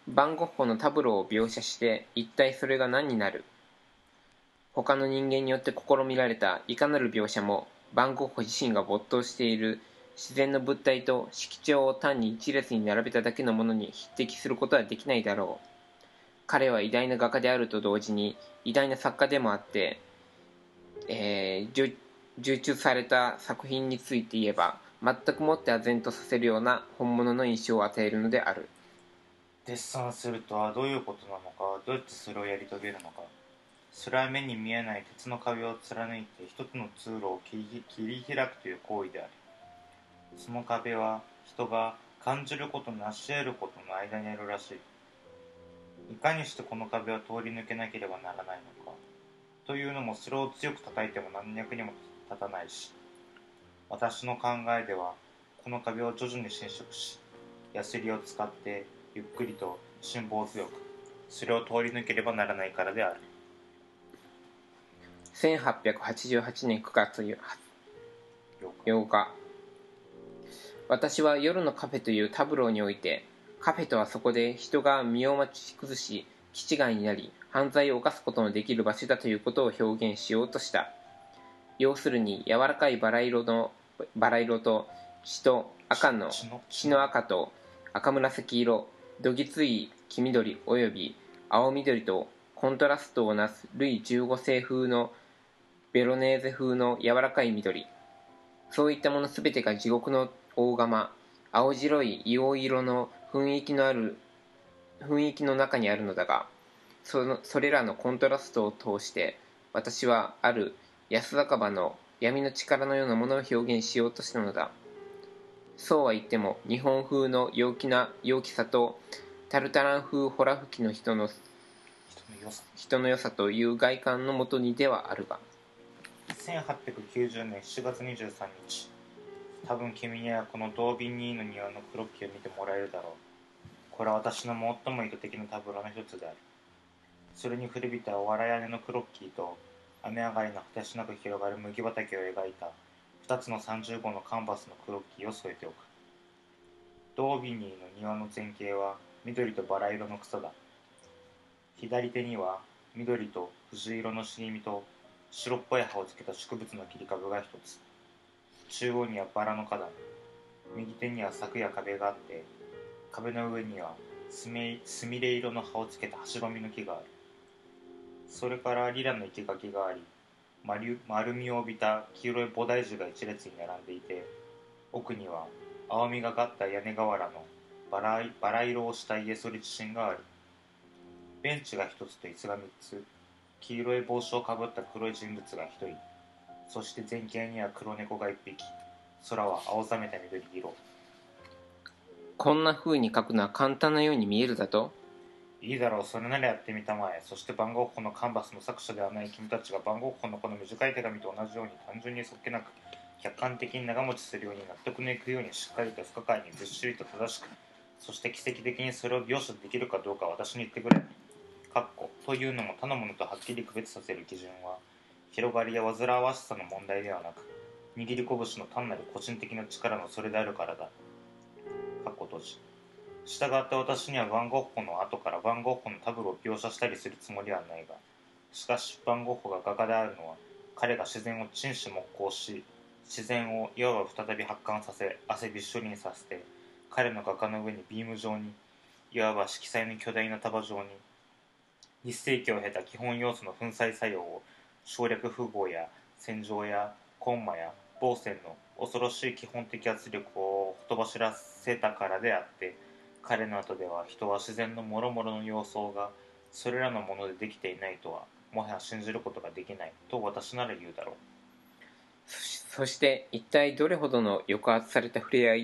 バンゴッホのタブローを描写して一体それが何になる。他の人間によって試みられたいかなる描写もバンゴッホ自身が没頭している自然の物体と色調を単に一列に並べただけのものに匹敵することはできないだろう。彼は偉大な画家であると同時に偉大な作家でもあって、受注された作品について言えば全くもって唖然とさせるような本物の印象を与えるのである。 デッサンするとはどういうことなのか、どうやってそれをやり遂げるのか。それは目に見えない鉄の壁を貫いて一つの通路を切り開くという行為である。その壁は人が感じることなし得ることの間にあるらしい。いかにしてこの壁を通り抜けなければならないのかというのも、それを強く叩いても何の役にも立たないし、私の考えではこの壁を徐々に侵食し、ヤスリを使ってゆっくりと辛抱強くそれを通り抜ければならないからである。 1888年9月8日、私は夜のカフェというタブローにおいて、カフェとはそこで人が身を待ち崩し、気違いになり、犯罪を犯すことのできる場所だということを表現しようとした。要するに、柔らかいバラ色と血の赤と赤紫色、どぎつい黄緑および青緑とコントラストをなすルイ15世風のベロネーゼ風の柔らかい緑、そういったものすべてが地獄の大釜、青白い硫黄色の雰囲気の中にあるのだが、それらのコントラストを通して私はある安酒場の闇の力のようなものを表現しようとしたのだ。そうは言っても日本風の陽気さとタルタラン風ホラ吹きの人の良さという外観のもとにではあるが、 1890年7月23日、多分君にはこのドービンニーの庭のクロッキーを見てもらえるだろう。これは私の最も意図的なタブローの一つである。それに古びた藁屋根のクロッキーと雨上がりの果てしなく広がる麦畑を描いた2つの35のカンバスのクロッキーを添えておく。ドービニーの庭の前景は緑とバラ色の草だ。左手には緑と藤色の茂みと白っぽい葉をつけた植物の切り株が一つ。中央にはバラの花壇、右手には柵や壁があって、壁の上にはすみれ色の葉をつけたハシバミの木がある。それからリラの生垣があり、丸みを帯びた黄色い菩提樹が一列に並んでいて、奥には青みがかった屋根瓦のバラ色をした家そり自身がある。ベンチが一つと椅子が三つ、黄色い帽子をかぶった黒い人物が一人、そして前景には黒猫が一匹、空は青ざめた緑色。 こんな風に描くのは簡単なように見えるだと。 いいだろう、それならやってみたまえ。そしてバンゴッホのカンバスの作者ではない君たちがバンゴッホのこの短い手紙と同じように単純にそっけなく客観的に長持ちするように納得のいくようにしっかりと不可解にずっしりと正しく、そして奇跡的にそれを描写できるかどうか私に言ってくれ。というのも他のものとはっきり区別させる基準は広がりや煩わしさの問題ではなく、握り拳の単なる個人的な力のそれであるからだ。閉じ。したがって私にはバンゴッホの後からバンゴッホのタブロを描写したりするつもりはないが、しかしバンゴッホが画家であるのは彼が自然を沈思黙考し、自然をいわば再び発汗させ汗びっしょりにさせて、彼の画家の上にビーム状に、いわば色彩の巨大な束状に1世紀を経た基本要素の粉砕作用を省略符号や線状やコンマや棒線の恐ろしい基本的圧力をほとばしらせたからであって、彼の後では人は自然の諸々の様相がそれらのものでできていないとはもはや信じることができないと私なら言うだろう。 そして一体どれほどの抑制された触れ合い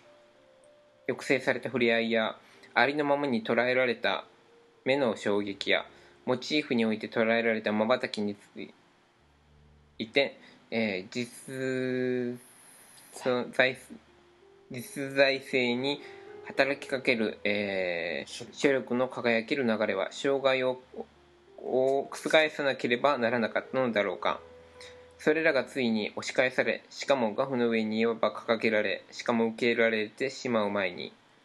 やありのままに捉えられた目の衝撃やモチーフにおいて捉えられた瞬きについて、実在性に働きかける、諸力の輝ける流れは障害を覆さなければならなかったのだろうか。それらがついに押し返され、しかも画布の上にいわば掲げられ、しかも受け入れられてしまう前に、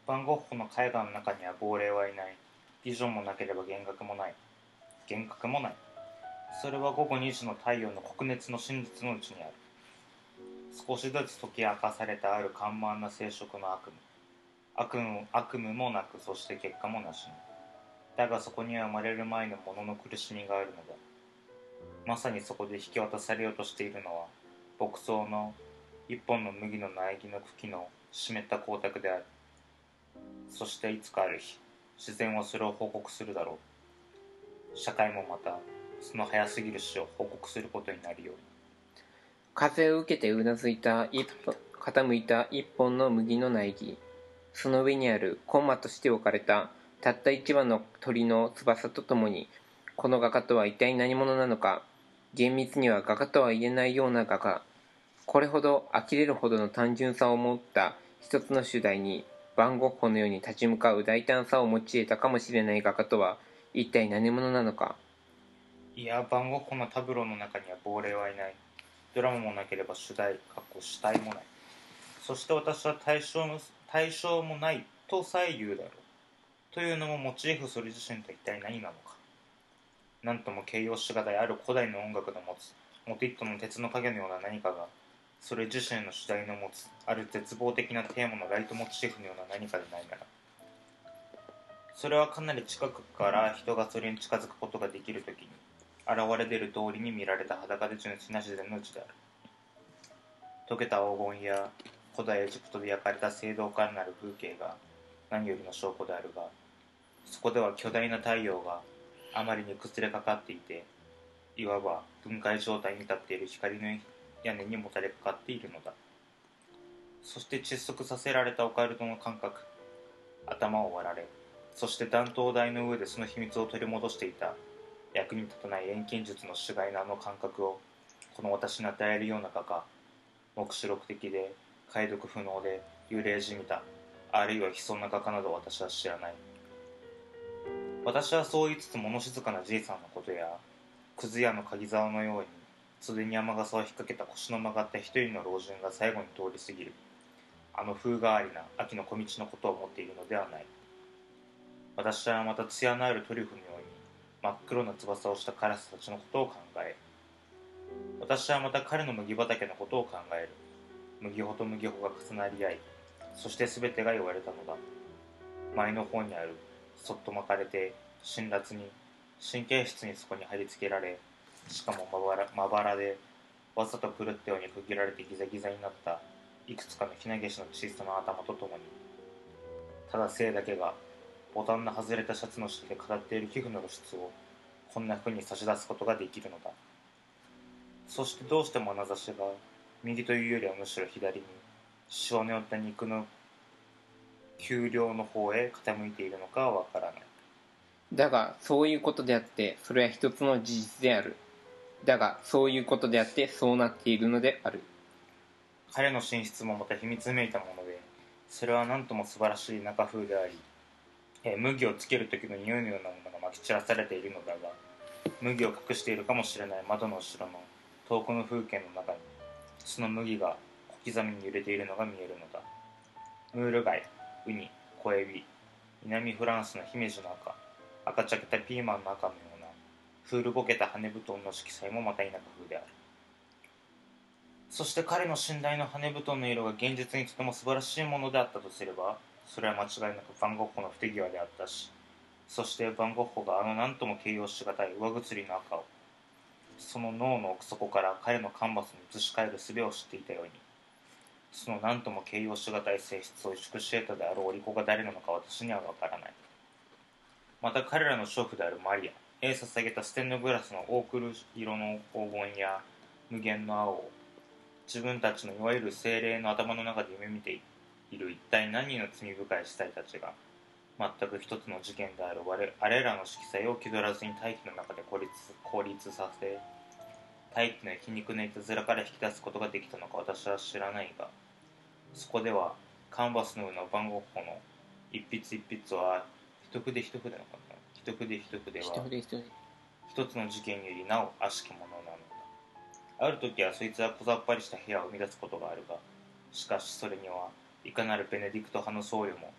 バンゴッホの絵画の中には亡霊はいない。ビジョンもなければ幻覚もない。幻覚もない。それは午後2時の太陽の黒熱の真実のうちにある。少しずつ解き明かされたある緩慢な生殖の悪夢もなく、そして結果もなしに。だがそこには生まれる前のものの苦しみがあるのだ。まさにそこで引き渡されようとしているのは、牧草の一本の麦の苗木の茎の湿った光沢である。そしていつかある日、自然はそれを報告するだろう。社会もまた、その早すぎる死を報告することになるように。 風を受けてうなずいた傾いた一本の麦の苗木。その上にあるコンマとして置かれたたった一羽の鳥の翼とともに、この画家とは一体何者なのか。厳密には画家とは言えないような画家。これほど呆れるほどの単純さを持った一つの主題に、バンゴッホのように立ち向かう大胆さを持ち得たかもしれない画家とは一体何者なのか。 いや、バンゴッホのタブローの中には亡霊はいない。ドラマもなければ主体もない。そして私は対象もないとさえ言うだろう。というのもモチーフそれ自身と一体何なのか。なんとも形容しがたいある古代の音楽の持つモティットの鉄の影のような何かが、それ自身の主題の持つある絶望的なテーマのライトモチーフのような何かでないなら、それはかなり近くから人がそれに近づくことができるときに現れ出る通りに見られた裸で純粋な自然のうちである。溶けた黄金や古代エジプトで焼かれた聖堂からなる風景が何よりの証拠であるが、そこでは巨大な太陽があまりに崩れかかっていて、いわば分解状態に立っている光の屋根にもたれかかっているのだ。そして窒息させられたオカルトの感覚、頭を割られ、そして断頭台の上でその秘密を取り戻していた役に立たない遠近術の主外のあの感覚をこの私に与えるような画家、黙示録的で解読不能で幽霊じみた、あるいは悲壮な画家など私は知らない。私はそう言いつつ物静かなじいさんのことや、くず屋の鍵沢のように袖に雨傘を引っ掛けた腰の曲がった一人の老人が最後に通り過ぎるあの風変わりな秋の小道のことを思っているのではない。私はまた艶のあるトリュフのように真っ黒な翼をしたカラスたちのことを考え、私はまた彼の麦畑のことを考える。麦穂と麦穂が重なり合い、そして全てが言われたのだ。前の方にあるそっと巻かれて辛辣に神経質にそこに貼り付けられ、しかもまばらでわざと狂ったように区切られてギザギザになったいくつかのひなげしの小さな頭とともに、ただ性だけがボタンの外れたシャツの下で語っている皮膚の露出をこんな風に差し出すことができるのだ。そしてどうして眼差しが右というよりはむしろ左にシワの寄った肉の丘陵の方へ傾いているのかはわからない。 だがそういうことであって、それは一つの事実である。だがそういうことであって、そうなっているのである。 彼の寝室もまた秘密めいたもので、それは何とも素晴らしい中風であり、麦をつける時の匂いのようなものがまき散らされているのだが、麦を隠しているかもしれない窓の後ろの遠くの風景の中にその麦が小刻みに揺れているのが見えるのだ。ムール貝、ウニ、小エビ、南フランスの姫路の赤茶けたピーマンの赤のようなフールボケた羽布団の色彩もまた田舎風である。そして彼の寝台の羽布団の色が現実にとても素晴らしいものであったとすれば、それは間違いなくバンゴッホの不手際であったし、そしてバンゴッホがあの何とも形容しがたい上薬の赤をその脳の奥底から彼のカンバスに移し替える術を知っていたように、その何とも形容しがたい性質を萎縮し得たであろう織子が誰なのか私にはわからない。また彼らの娼婦であるマリアへ捧げたステンドグラスのオークル色の黄金や無限の青を自分たちのいわゆる精霊の頭の中で夢見ている一体何人の罪深い死体たちが、全く一つの事件であるあれらの色彩を気取らずに大気の中で孤立させ、大気の皮肉ないたずらから引き出すことができたのか私は知らないが、そこではカンバスの上の番号法の一筆一筆は一筆一筆のかな一筆一筆は一つの事件よりなお悪しきものなのだ。ある時はそいつは小ざっぱりした部屋を生み出すことがあるが、しかしそれにはいかなるベネディクト派の僧侶も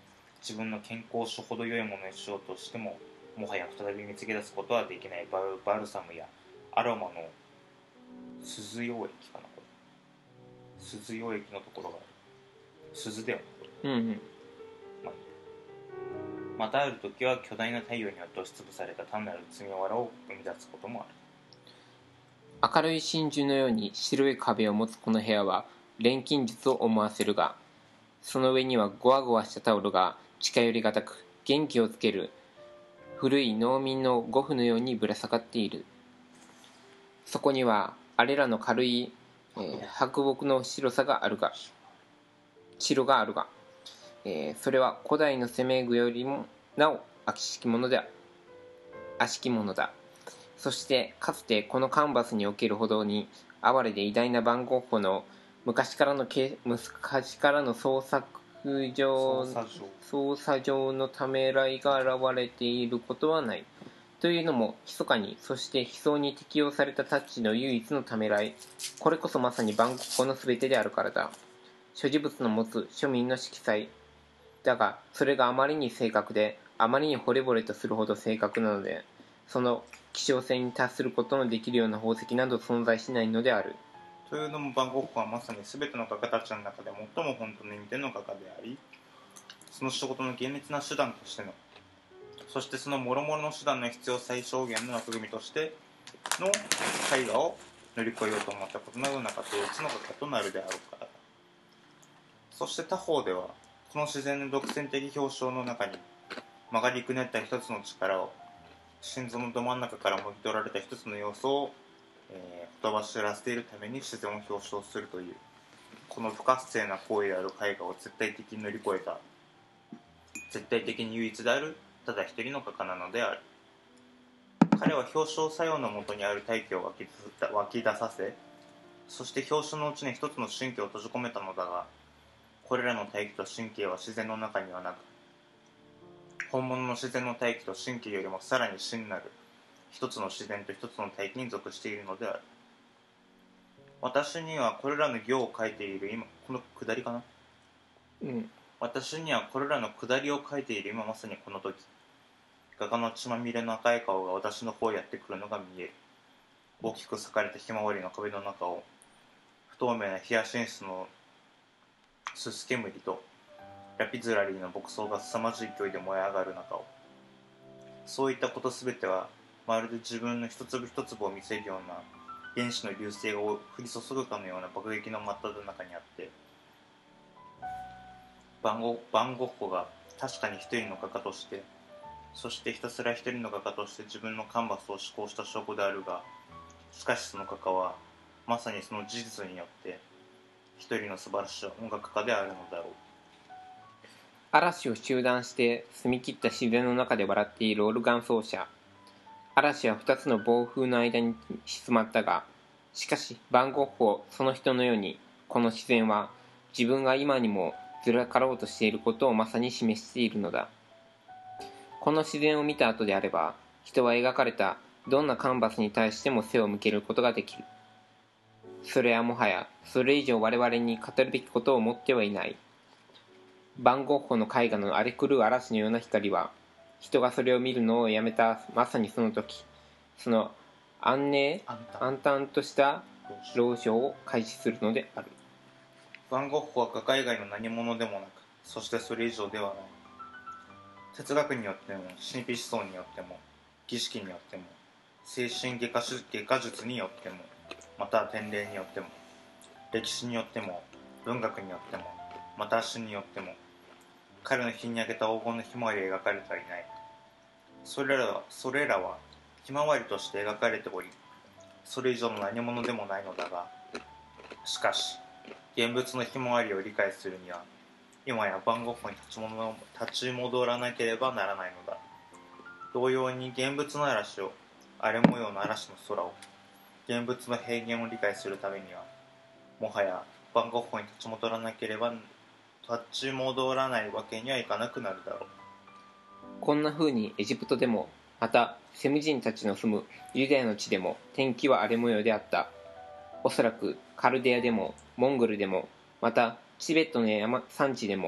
自分の健康書程よいものにしようとしても、もはや再び見つけ出すことはできないバルサムやアロマの鈴溶液かな、これ鈴溶液のところがある。鈴だよね、これ。まあいい。またある時は巨大な太陽によって押しつぶされた単なる積みわらを生み出すこともある。 明るい真珠のように白い壁を持つこの部屋は錬金術を思わせるが、その上にはゴワゴワしたタオルが近寄りがたく元気をつける古い農民の呉服のようにぶら下がっている。そこにはあれらの軽い、白木の白があるが、それは古代の攻め具よりもなお悪しきものだ。そしてかつてこのカンバスにおけるほどに哀れで偉大な番号法の昔からの捜査上のためらいが現れていることはない。というのも密かに、そして悲壮に適用されたタッチの唯一のためらい、これこそまさに番号法のすべてであるからだ。所持物の持つ庶民の色彩だが、それがあまりに正確で、あまりに惚れ惚れとするほど正確なので、その希少性に達することのできるような宝石など存在しないのである。 というのも番号法はまさに全ての画家たちの中で最も本当の意味での画家であり、その仕事の厳密な手段としての、そしてその諸々の手段の必要最小限の枠組みとしての絵画を乗り越えようと思ったことのような形の画家となるであろうからだ。そして他方では、この自然の独占的表象の中に曲がりくねった一つの力を、心臓のど真ん中からもぎ取られた一つの要素を、ほとばしらせているために自然を表彰するという、この不活性な行為である絵画を絶対的に乗り越えた、絶対的に唯一であるただ一人の画家なのである。彼は表彰作用のもとにある大気を湧き出させ、そして表彰のうちに一つの神経を閉じ込めたのだが、これらの大気と神経は自然の中にはなく、本物の自然の大気と神経よりもさらに真なる一つの自然と一つの大気に属しているのである。私にはこれらの行を書いている今、この下りかな、私にはこれらの下りを書いている今まさにこの時、画家の血まみれの赤い顔が私の方へやってくるのが見える。大きく裂かれたひまわりの壁の中を、不透明なヒヤシンスのすす煙とラピズラリーの牧草が凄まじい勢いで燃え上がる中を、そういったことすべてはまるで自分の一粒一粒を見せるような原子の流星が降り注ぐかのような爆撃の真っ只中にあって、バンゴッホが確かに一人の画家として、そしてひたすら一人の画家として自分のカンバスを思考した証拠であるが、しかしその画家はまさにその事実によって一人の素晴らしい音楽家であるのだろう。 嵐を集団して澄み切った自然の中で笑っているオルガン奏者。嵐は二つの暴風の間に静まったが、しかしバンゴッホその人のように、この自然は自分が今にもずらかろうとしていることをまさに示しているのだ。この自然を見た後であれば、人は描かれたどんなカンバスに対しても背を向けることができる。それはもはやそれ以上我々に語るべきことを持ってはいない。バンゴッホの絵画の荒れ狂う嵐のような光は、人がそれを見るのをやめたまさにその時、その暗淡とした老笑を開始するのである。 バンゴッホは画家以外の何者でもなく、そしてそれ以上ではない。哲学によっても、神秘思想によっても、儀式によっても、精神外科術によっても、また典礼によっても、歴史によっても、文学によっても、また詩によっても、彼の日に焼けた黄金のひまわりが描かれてはいない。それらはひまわりとして描かれており、それ以上の何者でもないのだが、しかし現物のひまわりを理解するには、今やバンゴッホに立ち戻らなければならないのだ。同様に現物の嵐を、荒れ模様の嵐の空を、現物の平原を理解するためには、もはやバンゴッホに立ち戻らないわけにはいかなくなるだろう。 こんな風にエジプトでも、またセム人たちの住むユダヤの地でも天気は荒れ模様であった。おそらくカルデアでもモンゴルでも、またチベットの山地でも、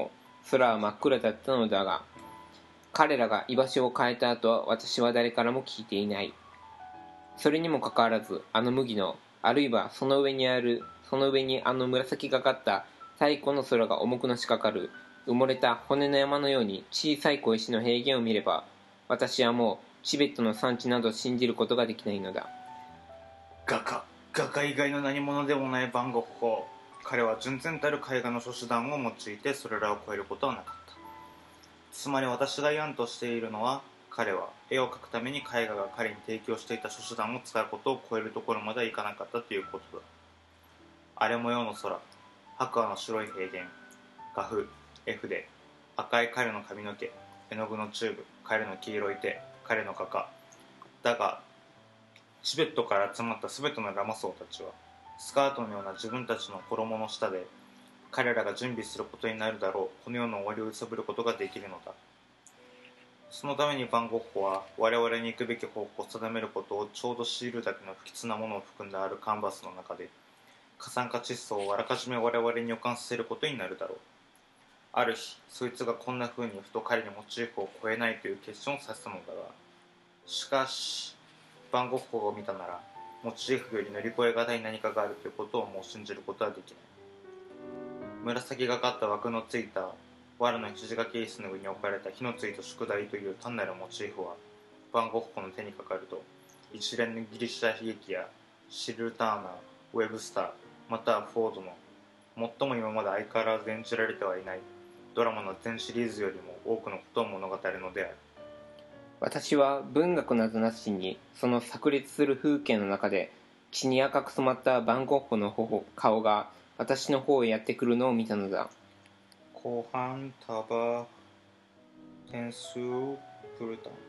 空は真っ暗だったのだが、彼らが居場所を変えた後は私は誰からも聞いていない。それにもかかわらず、あの麦の、あるいはその上にあの紫がかった太古の空が重くのしかかる埋もれた骨の山のように小さい小石の平原を見れば、私はもうチベットの産地など信じることができないのだ。 画家以外の何者でもないバンゴッホ。彼は純然たる絵画の諸手段を用いてそれらを超えることはなかった。つまり私が言わんとしているのは、彼は絵を描くために絵画が彼に提供していた諸手段を使うことを超えるところまではいかなかったということだ。荒れ模様の空、白亜の白い平原、画風、絵筆、赤い彼の髪の毛、絵の具のチューブ、彼の黄色い手、彼の画家。だがチベットから集まった全てのラマ僧たちは、スカートのような自分たちの衣の下で彼らが準備することになるだろうこの世の終わりを揺さぶることができるのだ。そのためにバンゴッホは我々に行くべき方向を定めることをちょうど強いるだけの不吉なものを含んであるカンバスの中で、過酸化窒素をあらかじめ我々に予感させることになるだろう。ある日、そいつがこんな風にふと彼にモチーフを超えないという決心をさせたのだが、しかしバンゴッホを見たなら、モチーフより乗り越えがたい何かがあるということをもう信じることはできない。紫がかった枠のついた藁の肘掛け椅子の上に置かれた火のついた宿題という単なるモチーフは、バンゴッホの手にかかると、一連のギリシャ悲劇やシルターナー、ウェブスター、またはフォードの最も今まで相変わらず演じられてはいないドラマの全シリーズよりも多くのことを物語るのである。 私は文学などなしにその炸裂する風景の中で血に赤く染まったバンゴッホの顔が私の方へやってくるのを見たのだ。 後半タバ点数プルタン。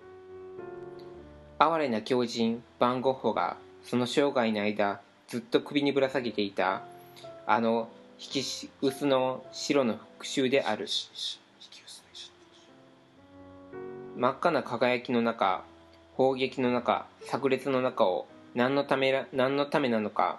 哀れな狂人バンゴッホがその生涯の間ずっと首にぶら下げていたあの引き薄の白の復讐である。真っ赤な輝きの中、砲撃の中、炸裂の中を何のためなのか、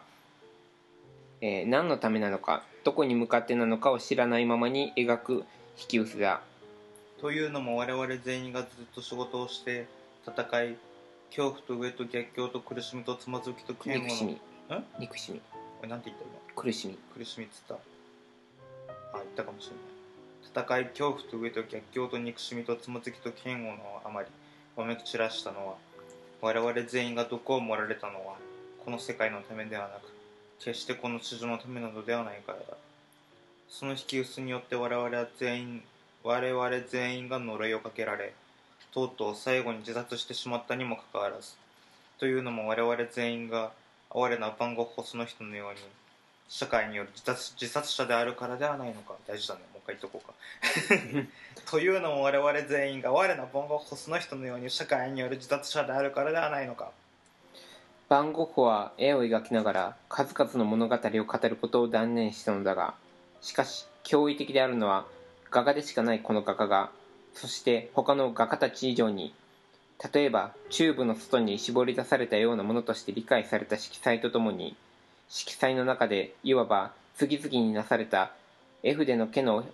どこに向かってなのかを知らないままに描く引き薄だ。 というのも我々全員がずっと仕事をして戦い、恐怖と飢えと逆境と苦しみとつまずきと嫌悪の憎しみなんて言った今。 苦しみっつった言ったかもしれない。戦い、恐怖と飢えと逆境と憎しみとつまずきと嫌悪のあまりわめく散らしたのは、我々全員が毒を盛られたのはこの世界のためではなく、決してこの地上のためなどではないからだ。その引き薄によって我々全員が呪いをかけられ、とうとう最後に自殺してしまったにもかかわらず、というのも我々全員が哀れなバンゴッホその人のように社会による自殺者であるからではないのか。大事だね、もう一回言っとこうかというのも我々全員が哀れなバンゴッホその人のように社会による自殺者であるからではないのか。 バンゴッホは絵を描きながら数々の物語を語ることを断念したのだが、しかし驚異的であるのは画家でしかないこの画家が、そして他の画家たち以上に、例えばチューブの外に絞り出されたようなものとして理解された色彩とともに、色彩の中でいわば次々になされた絵筆の毛の、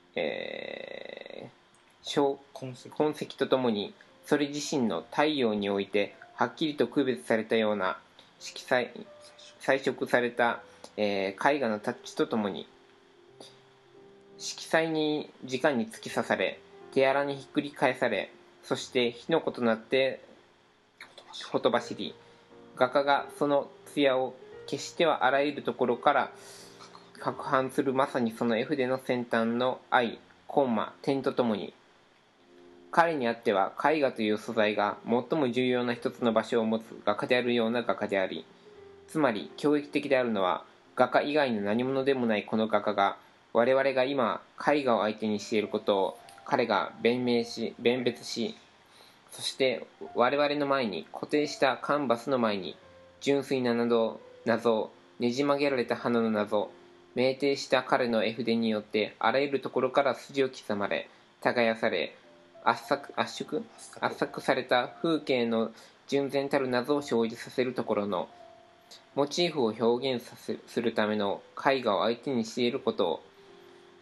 痕跡とともに、それ自身の太陽においてはっきりと区別されたような彩色された、絵画のタッチとともに、色彩に直に突き刺され、手荒にひっくり返され、そして火の粉となってほとばしり、画家がその艶を決してはあらゆるところから攪拌する、まさにその絵筆の先端の愛、コンマ、点とともに、彼にあっては絵画という素材が最も重要な一つの場所を持つ画家であるような画家であり、つまり驚異的であるのは、画家以外の何者でもないこの画家が、我々が今絵画を相手にしていることを彼が弁別し、そして我々の前に固定したカンバスの前に純粋な謎、ねじ曲げられた花の謎、酩酊した彼の絵筆によってあらゆるところから筋を刻まれ、耕され、圧搾された風景の純然たる謎を生じさせるところのモチーフを表現するための絵画を相手にしていることを、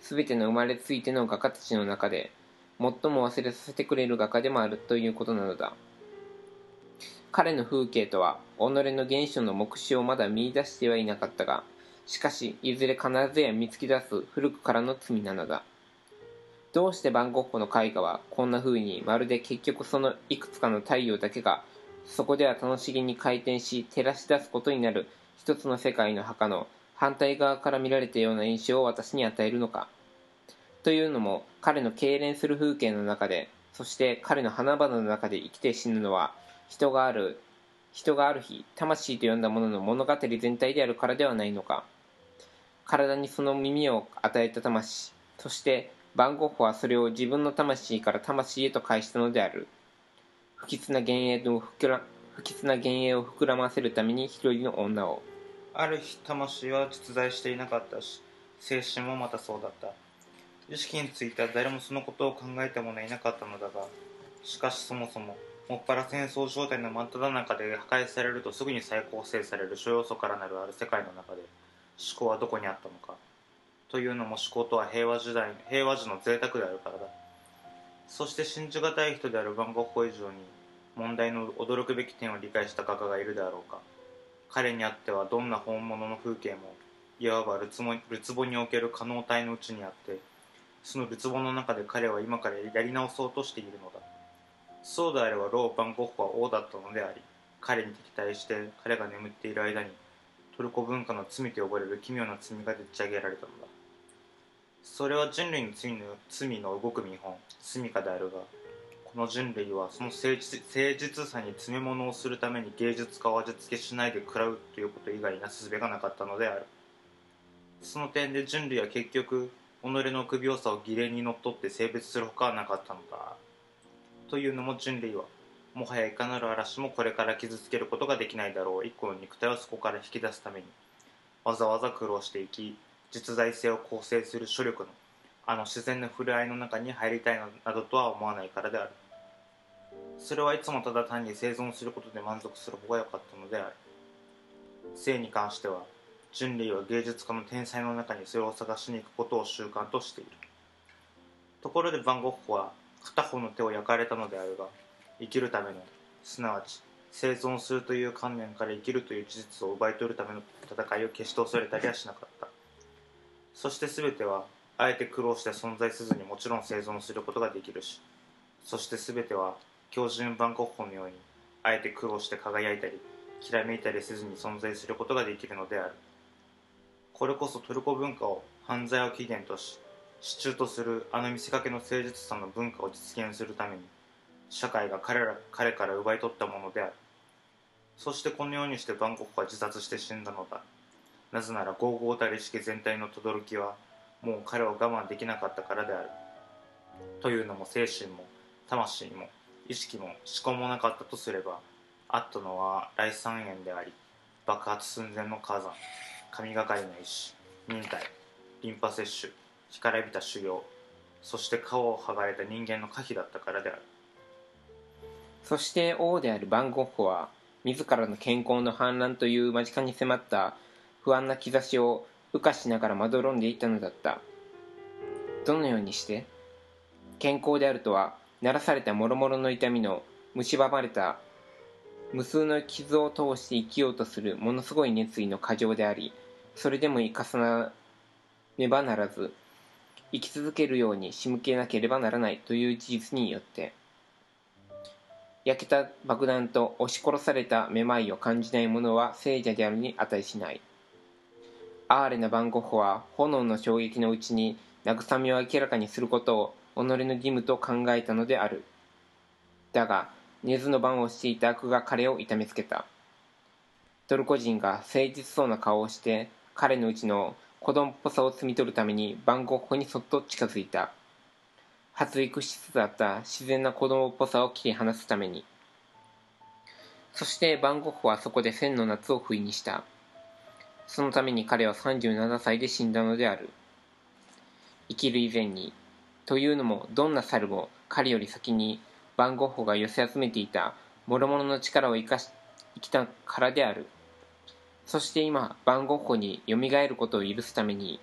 すべての生まれついての画家たちの中で最も忘れさせてくれる画家でもあるということなのだ。彼の風景とは己の原初の目視をまだ見出してはいなかったが、しかしいずれ必ずや見つけ出す古くからの罪なのだ。どうしてバンゴッホの絵画はこんな風にまるで結局そのいくつかの太陽だけがそこでは楽しげに回転し照らし出すことになる一つの世界の墓の反対側から見られたような印象を私に与えるのか。というのも彼の痙攣する風景の中で、そして彼の花々の中で生きて死ぬのは人がある日魂と呼んだものの物語全体であるからではないのか。体にその耳を与えた魂、そしてバンゴッホはそれを自分の魂から魂へと返したのである。不吉な幻影を膨らませるために一人の女を。 ある日魂は実在していなかったし、精神もまたそうだった。意識については誰もそのことを考えてもいなかったのだが、しかしそもそももっぱら戦争状態の真っ只中で破壊されるとすぐに再構成される諸要素からなるある世界の中で思考はどこにあったのか。というのも思考とは平和時の贅沢であるからだ。そして信じがたい人であるバンゴッホ以上に問題の驚くべき点を理解した画家がいるであろうか。彼にあってはどんな本物の風景もいわばるつぼにおける可能体のうちにあって、そのるつぼの中で彼は今からやり直そうとしているのだ。そうであればロー・バンゴッホは王だったのであり、彼に敵対して彼が眠っている間にトルコ文化の罪と呼ばれる奇妙な罪がでっち上げられたのだ。それは人類の罪の動く見本、罪かであるが、この人類はその誠実さに詰め物をするために芸術家を味付けしないで食らうということ以外なすすべがなかったのである。その点で人類は結局己の臆病さを儀礼にのっとって性別するほかはなかったのだ。というのも人類はもはやいかなる嵐もこれから傷つけることができないだろう一個の肉体をそこから引き出すためにわざわざ苦労していき、実在性を構成する諸力のあの自然な触れ合いの中に入りたいなどとは思わないからである。それはいつもただ単に生存することで満足する方が良かったのである。性に関しては人類は芸術家の天才の中にそれを探しに行くことを習慣としている。ところでバンゴッホは片方の手を焼かれたのであるが、生きるための、すなわち生存するという観念から生きるという事実を奪い取るための戦いを決して恐れたりはしなかった。そして全てはあえて苦労して存在せずにもちろん生存することができるし、そして全ては狂人バンゴッホのようにあえて苦労して輝いたりきらめいたりせずに存在することができるのである。これこそトルコ文化を犯罪を起源とし支柱とするあの見せかけの誠実さの文化を実現するために社会が彼から奪い取ったものである。そしてこのようにしてバンゴッホは自殺して死んだのだ。なぜなら豪々たる意識全体の轟きはもう彼を我慢できなかったからである。というのも精神も魂も意識も思考もなかったとすれば、あったのは来山炎であり、爆発寸前の火山、神がかりな石、忍耐、リンパ摂取、干からびた修行、そして皮を剥がれた人間の可否だったからである。 そして王であるバンゴッホは自らの健康の反乱という間近に迫った不安な兆しを羽化しながらまどろんでいたのだった。どのようにして？健康であるとは鳴らされた諸々の痛みの蝕まれた無数の傷を通して生きようとするものすごい熱意の過剰であり、それでも生かさなねばならず生き続けるように仕向けなければならないという事実によって、焼けた爆弾と押し殺されためまいを感じない者は聖者であるに値しない。哀れなバンゴッホは炎の衝撃のうちに慰めを明らかにすることを己の義務と考えたのである。だが根津の番をしていた悪が彼を痛めつけた。トルコ人が誠実そうな顔をして彼のうちの子供っぽさを摘み取るためにバンゴッホにそっと近づいた。発育しつつあった自然な子供っぽさを切り離すために。そしてバンゴッホはそこで千の夏を不意にした。そのために彼は37歳で死んだのである。生きる以前に、というのもどんな猿も彼より先にバンゴッホが寄せ集めていた諸々の力を生きたからである。そして今バンゴッホによみがえることを許すために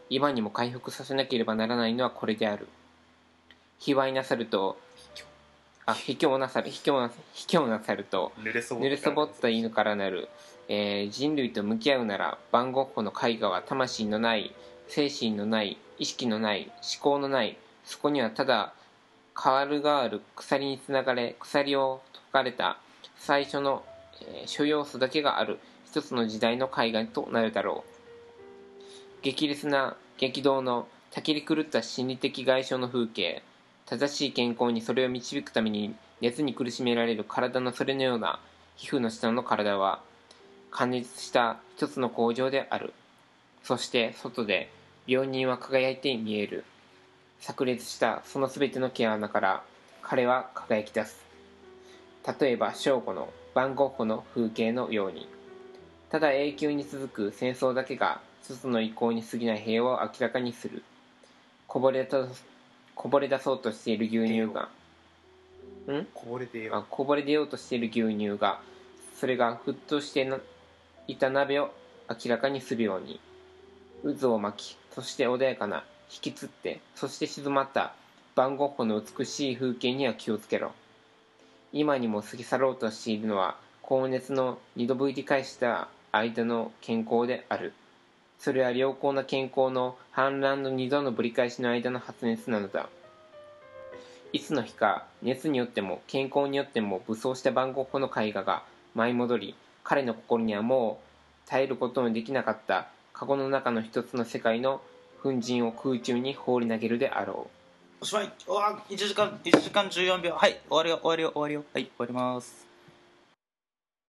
今にも回復させなければならないのはこれである。卑猥な猿と卑怯な猿と濡れそぼった犬からなる、人類と向き合うなら、バンゴッホの絵画は魂のない、精神のない、意識のない、思考のない、そこにはただ軽々鎖につながれ、鎖を解かれた最初の、諸要素だけがある一つの時代の絵画となるだろう。激烈な激動のたきり狂った心理的外傷の風景、正しい健康にそれを導くために熱に苦しめられる体のそれのような皮膚の下の体は加熱した一つの工場である。そして外で病人は輝いて見える。炸裂したそのすべての毛穴から彼は輝き出す。例えば正午のバンゴッホの風景のように。ただ永久に続く戦争だけが一つの意向に過ぎない平和を明らかにする。こぼれ出そうとしている牛乳がこぼれ出ようとしている牛乳が、それが沸騰していた鍋を明らかにするように、渦を巻き、そして穏やかな引きつって、そして静まったバンゴッホの美しい風景には気をつけろ。今にも過ぎ去ろうとしているのは高熱の二度ぶり返した間の健康である。それは良好な健康の反乱の二度のぶり返しの間の発熱なのだ。いつの日か熱によっても健康によっても武装したバンゴッホの絵画が舞い戻り、彼の心にはもう耐えることのできなかったカゴの中の一つの世界の粉塵を空中に放り投げるであろう。 おしまい。1時間14秒。はい、終わりよ。はい、終わります。